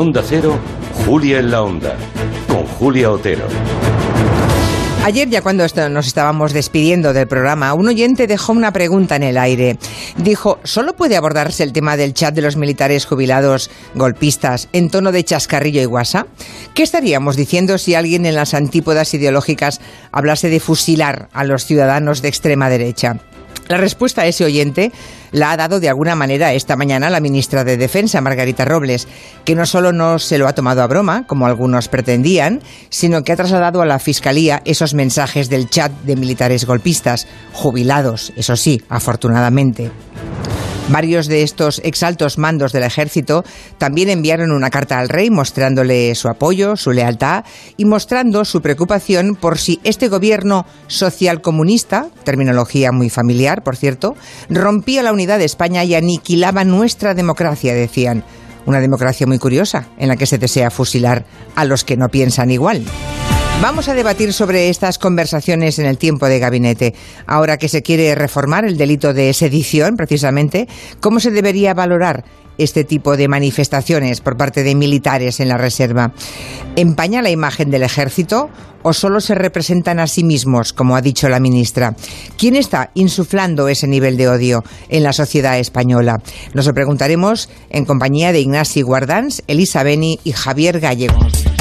Onda Cero, Julia en la Onda, con Julia Otero. Ayer, ya cuando nos estábamos despidiendo del programa, un oyente dejó una pregunta en el aire. Dijo, ¿solo puede abordarse el tema del chat de los militares jubilados golpistas en tono de chascarrillo y guasa? ¿Qué estaríamos diciendo si alguien en las antípodas ideológicas hablase de fusilar a los ciudadanos de extrema derecha? La respuesta a ese oyente la ha dado de alguna manera esta mañana la ministra de Defensa, Margarita Robles, que no solo no se lo ha tomado a broma, como algunos pretendían, sino que ha trasladado a la Fiscalía esos mensajes del chat de militares golpistas, jubilados, eso sí, afortunadamente. Varios de estos exaltos mandos del ejército también enviaron una carta al rey mostrándole su apoyo, su lealtad y mostrando su preocupación por si este gobierno socialcomunista, terminología muy familiar, por cierto, rompía la unidad de España y aniquilaba nuestra democracia, decían. Una democracia muy curiosa, en la que se desea fusilar a los que no piensan igual. Vamos a debatir sobre estas conversaciones en el tiempo de gabinete. Ahora que se quiere reformar el delito de sedición, precisamente, ¿cómo se debería valorar este tipo de manifestaciones por parte de militares en la reserva? ¿Empaña la imagen del ejército o solo se representan a sí mismos, como ha dicho la ministra? ¿Quién está insuflando ese nivel de odio en la sociedad española? Nos lo preguntaremos en compañía de Ignasi Guardans, Elisa Beni y Javier Gallego.